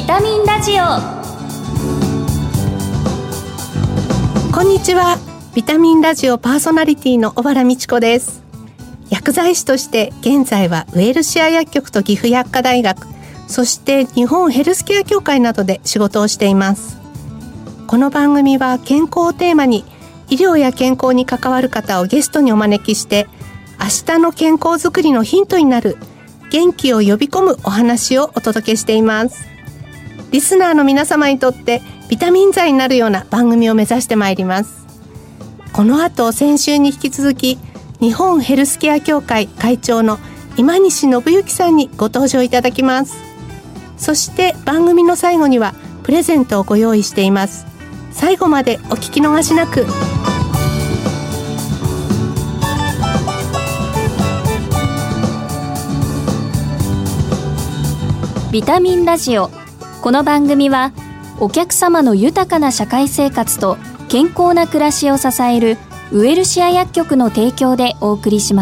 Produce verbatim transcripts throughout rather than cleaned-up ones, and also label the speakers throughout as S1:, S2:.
S1: タミンラジオ。
S2: こんにちは。ビタミンラジオパーソナリティの小原美智子です。薬剤師として現在はウェルシア薬局と岐阜薬科大学、そして日本ヘルスケア協会などで仕事をしています。この番組は健康をテーマに医療や健康に関わる方をゲストにお招きして、明日の健康づくりのヒントになる元気を呼び込むお話をお届けしています。リスナーの皆様にとってビタミン剤になるような番組を目指してまいります。この後、先週に引き続き日本ヘルスケア協会会長の今西信之さんにご登場いただきます。そして番組の最後にはプレゼントをご用意しています。最後までお聞き逃しなく。
S1: ビタミンラジオ。この番組はお客様の豊かな社会生活と健康な暮らしを支えるウエルシア薬局の提供でお送りします。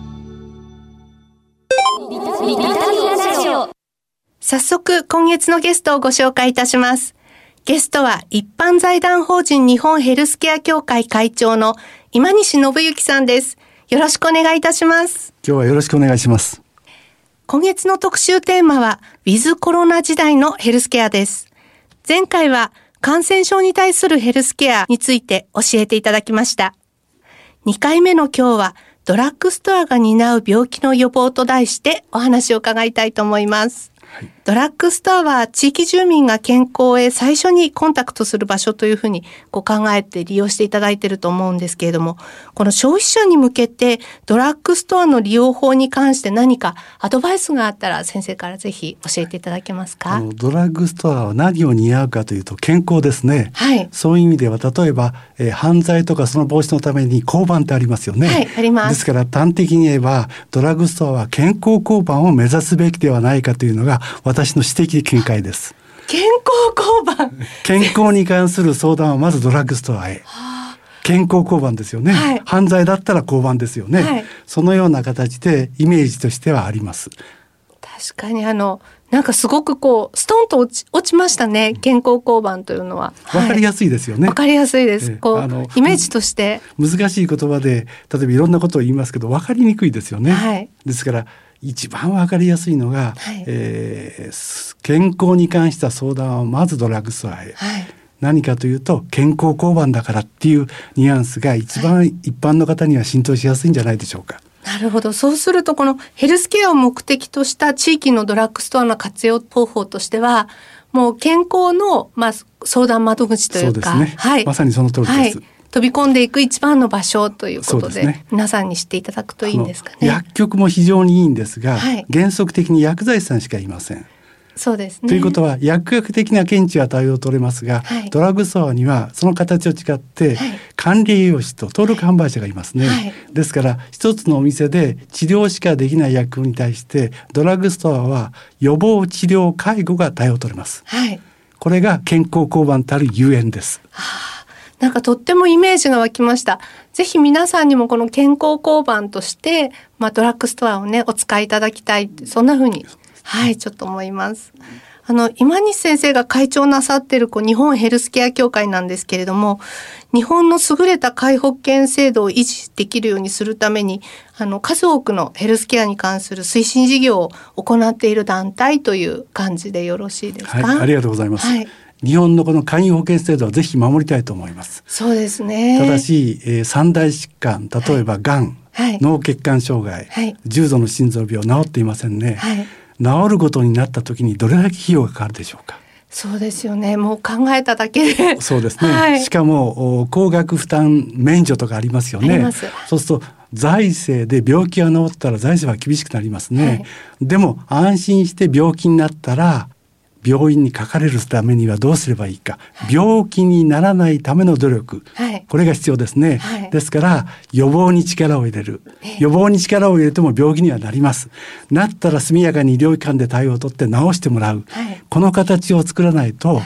S1: ビタミンラジオ。
S2: 早速今月のゲストをご紹介いたします。ゲストは一般財団法人日本ヘルスケア協会会長の今西信之さんです。よろしくお願いいたします。
S3: 今日はよろしくお願いします。
S2: 今月の特集テーマはウィズコロナ時代のヘルスケアです。前回は感染症に対するヘルスケアについて教えていただきました。にかいめの今日はドラッグストアが担う病気の予防と題してお話を伺いたいと思います。はい、ドラッグストアは地域住民が健康へ最初にコンタクトする場所というふうにこう考えて利用していただいていると思うんですけれども、この消費者に向けてドラッグストアの利用法に関して何かアドバイスがあったら先生からぜひ教えていただけますか。
S3: あのドラッグストアは何を担うかというと健康ですね。
S2: はい、
S3: そういう意味では例えば、えー、犯罪とかその防止のために交番ってありますよね。
S2: はい、あります。
S3: ですから端的に言えばドラッグストアは健康交番を目指すべきではないかというのが私私の私的見解です。
S2: 健康交番
S3: 健康に関する相談はまずドラッグストアへ。健康交番ですよね、はい、犯罪だったら交番ですよね、はい、そのような形でイメージとしてはあります。
S2: 確かにあのなんかすごくこうストンと落ち、落ちましたね。健康交番というのは
S3: わかりやすいですよね。
S2: わかりやすいです。こうあのイメージとして
S3: 難しい言葉で例えばいろんなことを言いますけどわかりにくいですよね、はい、ですから一番わかりやすいのが、はい、えー、健康に関した相談はまずドラッグストアへ、はい、何かというと健康交番だからっていうニュアンスが一番一般の方には浸透しやすいんじゃないでしょうか。
S2: なるほど。そうするとこのヘルスケアを目的とした地域のドラッグストアの活用方法としてはもう健康の、まあ、相談窓口というか、
S3: そうですね、はい、まさにその通りです、はい、
S2: 飛び込んでいく一番の場所ということ で, で、ね、皆さんに知っていただくといいんですかね。
S3: 薬局も非常にいいんですが、はい、原則的に薬剤師さんしかいません。
S2: そうですね。
S3: ということは薬学的な見地は対応取れますが、はい、ドラッグストアにはその形を誓って、はい、管理栄養士と登録販売者がいますね、はい、ですから一つのお店で治療しかできない薬局に対してドラッグストアは予防治療介護が対応取れます、はい、これが健康交番たるゆえんです。
S2: はあ、なんかとってもイメージが湧きました。ぜひ皆さんにもこの健康交番として、まあ、ドラッグストアをねお使いいただきたい、そんな風にはいちょっと思います。あの今西先生が会長なさっているこう日本ヘルスケア協会なんですけれども、日本の優れた皆保険制度を維持できるようにするためにあの数多くのヘルスケアに関する推進事業を行っている団体という感じでよろしいですか。
S3: はい、ありがとうございます、はい、日本のこの簡易保険制度はぜひ守りたいと思います。
S2: そうですね。
S3: ただし、えー、三大疾患、例えばがん、はい、脳血管障害、はい、重度の心臓病治っていませんね、はい、治ることになった時にどれだけ費用がかかるでしょうか。
S2: そうですよね。もう考えただけで
S3: そうですね、はい、しかも高額負担免除とかありますよね。そうすると財政で病気が治ったら財政は厳しくなりますね、はい、でも安心して病気になったら病院にかかれるためにはどうすればいいか、はい、病気にならないための努力、はい、これが必要ですね、はい、ですから予防に力を入れる、予防に力を入れても病気にはなります。なったら速やかに医療機関で対応を取って治してもらう、はい、この形を作らないと、はい、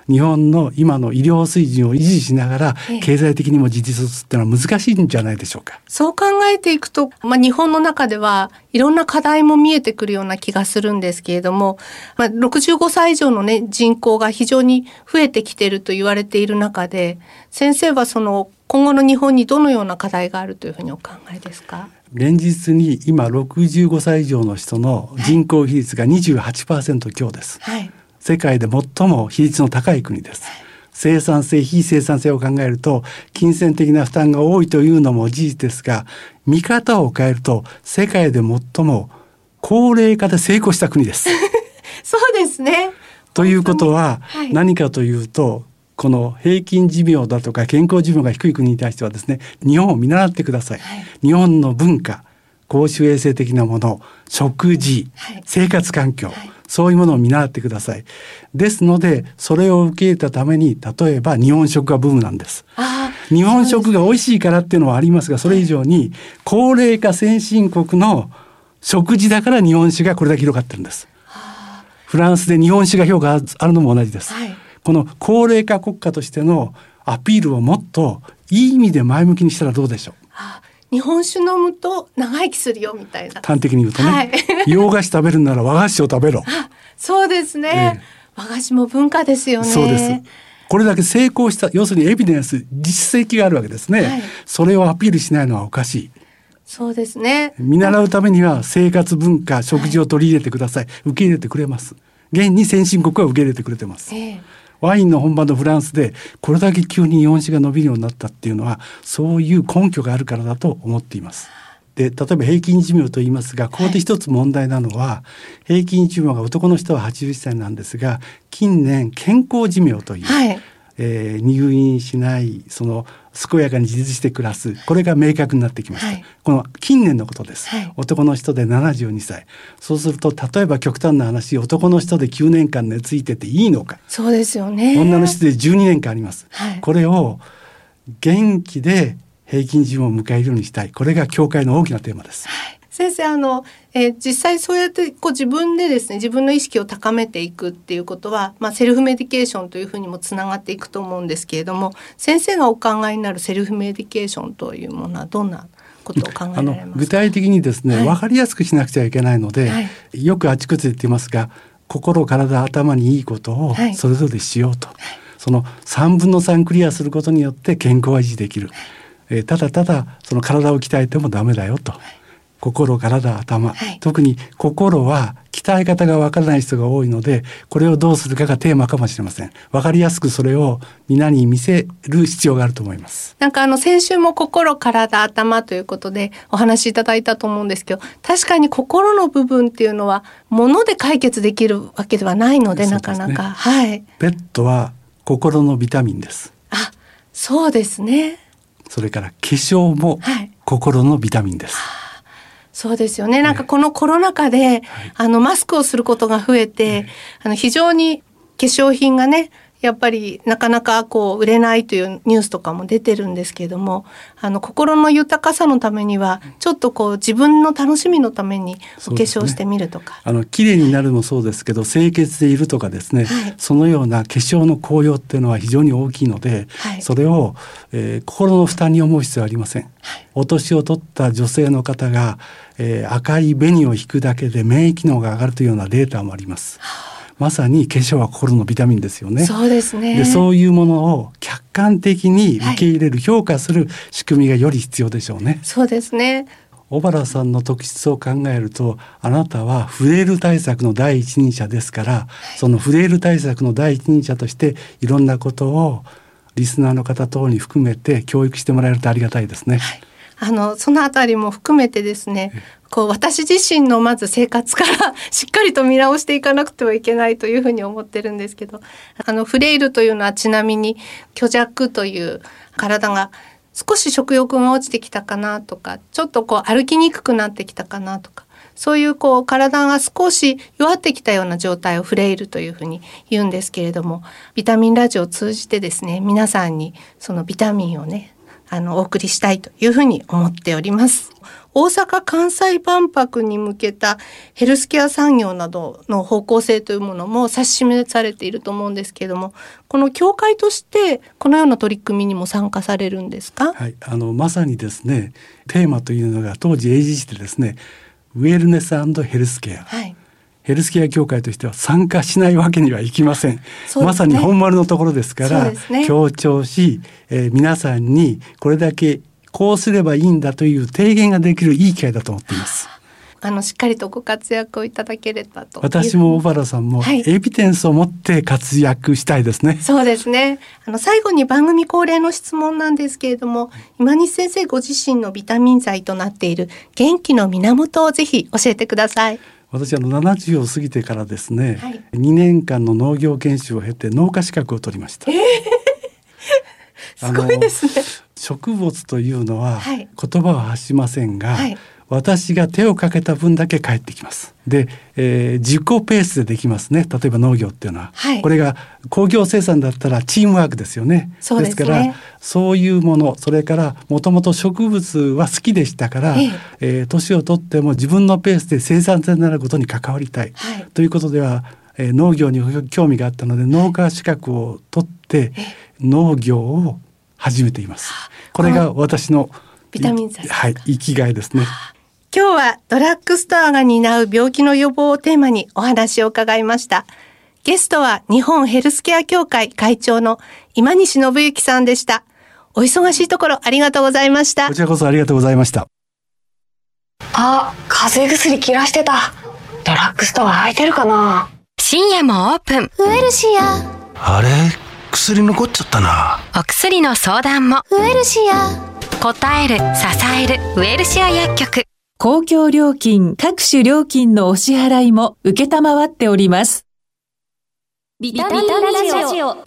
S3: 日本の今の医療水準を維持しながら経済的にも自立するっていうのは難しいんじゃないでしょうか。
S2: そう考えていくと、まあ、日本の中ではいろんな課題も見えてくるような気がするんですけれども、まあ、ろくじゅうごさい以上の、ね、人口が非常に増えてきていると言われている中で、先生はその今後の日本にどのような課題があるというふうにお考えですか。
S3: 現実に今ろくじゅうごさい以上の人の人口比率が にじゅうはちパーセント 強です、はい、世界で最も比率の高い国です、はい、生産性非生産性を考えると金銭的な負担が多いというのも事実ですが、見方を変えると世界で最も高齢化で成功した国です
S2: そうですね。
S3: ということは何かというと、はい、この平均寿命だとか健康寿命が低い国に対してはですね、日本を見習ってください、はい、日本の文化、公衆衛生的なもの、食事、はい、生活環境、はい、そういうものを見習ってください。ですのでそれを受け入れたために、例えば日本食がブームなんです。あ、日本食が美味しいからっていうのはありますが、それ以上に高齢化先進国の食事だから日本酒がこれだけ広がってるんです。フランスで日本酒が評価あるのも同じです、はい、この高齢化国家としてのアピールをもっといい意味で前向きにしたらどうでしょう。
S2: あ、日本酒飲むと長生きするよみたいな。
S3: 端的に言うとね、はい、洋菓子食べるなら和菓子を食べろ。
S2: あ、そうですね、えー、和菓子も文化ですよね。
S3: そうです。これだけ成功した、要するにエビデンス、実績があるわけですね、はい、それをアピールしないのはおかしい。
S2: そうですね。
S3: 見習うためには生活文化、食事を取り入れてください、はい、受け入れてくれます。現に先進国は受け入れてくれてます、えー、ワインの本場のフランスでこれだけ急に日本酒が伸びるようになったっていうのは、そういう根拠があるからだと思っています。で、例えば平均寿命と言いますが、ここで一つ問題なのは、はい、平均寿命が男の人ははちじゅっさいなんですが、近年健康寿命という、はい、えー、入院しない、その健やかに自立して暮らす、これが明確になってきました、はい、この近年のことです、はい、男の人でななじゅうにさい。そうすると例えば極端な話、男の人できゅうねんかん寝ついてていいのか。
S2: そうですよね。
S3: 女の人でじゅうにねんかんあります、はい、これを元気で平均寿命を迎えるようにしたい、これが協会の大きなテーマです、はい。
S2: 先生、あの、えー、実際そうやってこう自分でですね、自分の意識を高めていくっていうことは、まあ、セルフメディケーションというふうにもつながっていくと思うんですけれども、先生がお考えになるセルフメディケーションというものはどんなことを考えられますか。あの
S3: 具体的にですね、はい、分かりやすくしなくちゃいけないので、はい、よくあちこちで言ってますが、心、体、頭にいいことをそれぞれしようと、はい、そのさんぶんのさんクリアすることによって健康は維持できる、えー、ただただその体を鍛えてもダメだよと、はい、心、体、頭、はい、特に心は鍛え方がわからない人が多いので、これをどうするかがテーマかもしれません。わかりやすくそれを皆に見せる必要があると思います。
S2: なんかあの先週も心、体、頭ということでお話しいただいたと思うんですけど、確かに心の部分っていうのは物で解決できるわけではないので、なかなか、はい。
S3: ペットは心のビタミンです。
S2: あ、そうですね。
S3: それから化粧も心のビタミンです。はい、
S2: そうですよね。なんかこのコロナ禍で、はい、あのマスクをすることが増えて、はい、あの非常に化粧品がね、やっぱりなかなかこう売れないというニュースとかも出てるんですけれども、あの心の豊かさのためにはちょっとこう自分の楽しみのためにお化粧してみるとか、ね、
S3: あの綺麗になるもそうですけど、清潔でいるとかですね、はい、そのような化粧の効用っていうのは非常に大きいので、はい、それを、えー、心の負担に思う必要はありません、はい、お年を取った女性の方が、えー、赤い紅を引くだけで免疫機能が上がるというようなデータもあります。はあ、まさに化粧は心のビタミンですよね。
S2: そうですね。
S3: で、そういうものを客観的に受け入れる、はい、評価する仕組みがより必要でしょうね。
S2: そうですね。
S3: 小原さんの特質を考えると、あなたはフレイル対策の第一人者ですから、はい、そのフレイル対策の第一人者としていろんなことをリスナーの方等に含めて教育してもらえるとありがたいですね。はい、
S2: あのそのあたりも含めてですね、こう私自身のまず生活からしっかりと見直していかなくてはいけないというふうに思ってるんですけど、あのフレイルというのはちなみに虚弱という体が少し食欲が落ちてきたかなとか、ちょっとこう歩きにくくなってきたかなとか、そういうこう体が少し弱ってきたような状態をフレイルというふうに言うんですけれども、ビタミンラジオを通じてですね、皆さんにそのビタミンをね、 あのお送りしたいというふうに思っております。大阪・関西万博に向けたヘルスケア産業などの方向性というものも指し示されていると思うんですけれども、この協会としてこのような取り組みにも参加されるんですか？
S3: はい、あのまさにですね、テーマというのが当時英字でですね、ウェルネス&ヘルスケア、はい、ヘルスケア協会としては参加しないわけにはいきません。そうですね、まさに本丸のところですから、ね、強調し、えー、皆さんにこれだけこうすればいいんだという提言ができるいい機会だと思っています。
S2: あのしっかりとご活躍をいただければと。
S3: 私も小原さんもエビデンスを持って活躍したいですね。はい、
S2: そうですね。あの最後に番組恒例の質問なんですけれども、今西先生ご自身のビタミン剤となっている元気の源をぜひ教えてください。
S3: 私あのななじゅうを過ぎてからですね、はい、にねんかんの農業研修を経て農家資格を取りました。え
S2: ー、すごいですね。
S3: 植物というのは言葉は発しませんが、はい、私が手をかけた分だけ返ってきます。で、えー、自己ペースでできますね。例えば農業っていうのは、はい、これが工業生産だったらチームワークですよね。
S2: そうですね。
S3: ですからそういうもの、それからもともと植物は好きでしたから、えーえー、年を取っても自分のペースで生産性のあることに関わりたい、はい、ということでは、えー、農業に興味があったので農家資格を取って農業を始めています。これが私の
S2: ビタミン剤、
S3: はい、生きがいですね。
S2: 今日はドラッグストアが担う病気の予防をテーマにお話を伺いました。ゲストは日本ヘルスケア協会会長の今西信之さんでした。お忙しいところありがとうございました。
S3: こちらこそありがとうございました。
S4: あ、風邪薬切らしてた。ドラッグストア空いてるかな。
S5: 深夜もオープン。
S6: ウエルシア。
S7: あれ、薬残っちゃったな。
S5: お薬の相談も
S6: ウエルシア。
S5: 答える、支えるウエルシア薬局。
S8: 公共料金、各種料金のお支払いも受けたまわっております。
S1: ビタミンラジオ。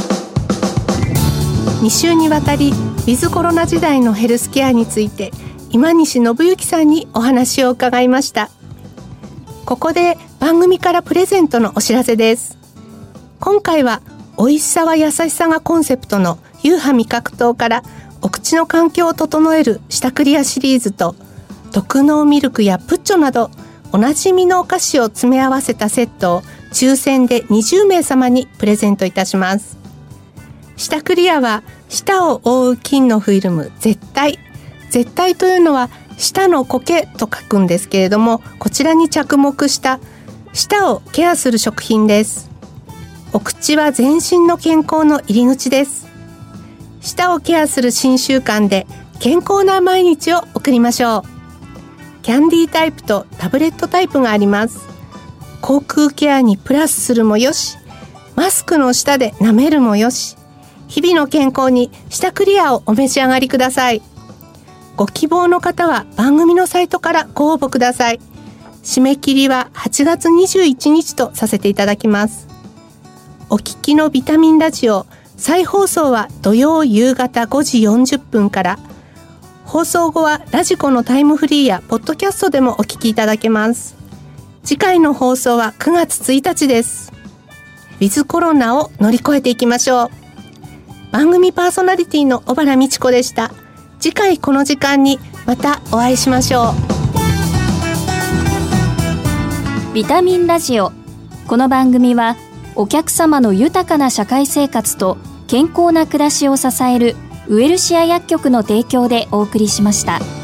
S2: に週にわたりウィズコロナ時代のヘルスケアについて今西信之さんにお話を伺いました。ここで番組からプレゼントのお知らせです。今回は美味しさは優しさがコンセプトのユーハ味覚糖からお口の環境を整える舌クリアシリーズと特濃ミルクやプッチョなどおなじみのお菓子を詰め合わせたセットを抽選でにじゅうめいさまにプレゼントいたします。舌クリアは舌を覆う金のフィルム絶対絶対というのは舌の苔と書くんですけれども、こちらに着目した舌をケアする食品です。お口は全身の健康の入り口です。舌をケアする新習慣で健康な毎日を送りましょう。キャンディータイプとタブレットタイプがあります。口腔ケアにプラスするもよし、マスクの下で舐めるもよし、日々の健康に舌クリアをお召し上がりください。ご希望の方は番組のサイトからご応募ください。締め切りははちがつにじゅういちにちとさせていただきます。お聞きのビタミンラジオ、再放送は土曜夕方ごじよんじゅっぷんから、放送後はラジコのタイムフリーやポッドキャストでもお聞きいただけます。次回の放送はくがつついたちです。ウィズコロナを乗り越えていきましょう。番組パーソナリティの小原美智子でした。次回この時間にまたお会いしましょ
S1: う。ビタミンラジオ。この番組はお客様の豊かな社会生活と健康な暮らしを支えるウエルシア薬局の提供でお送りしました。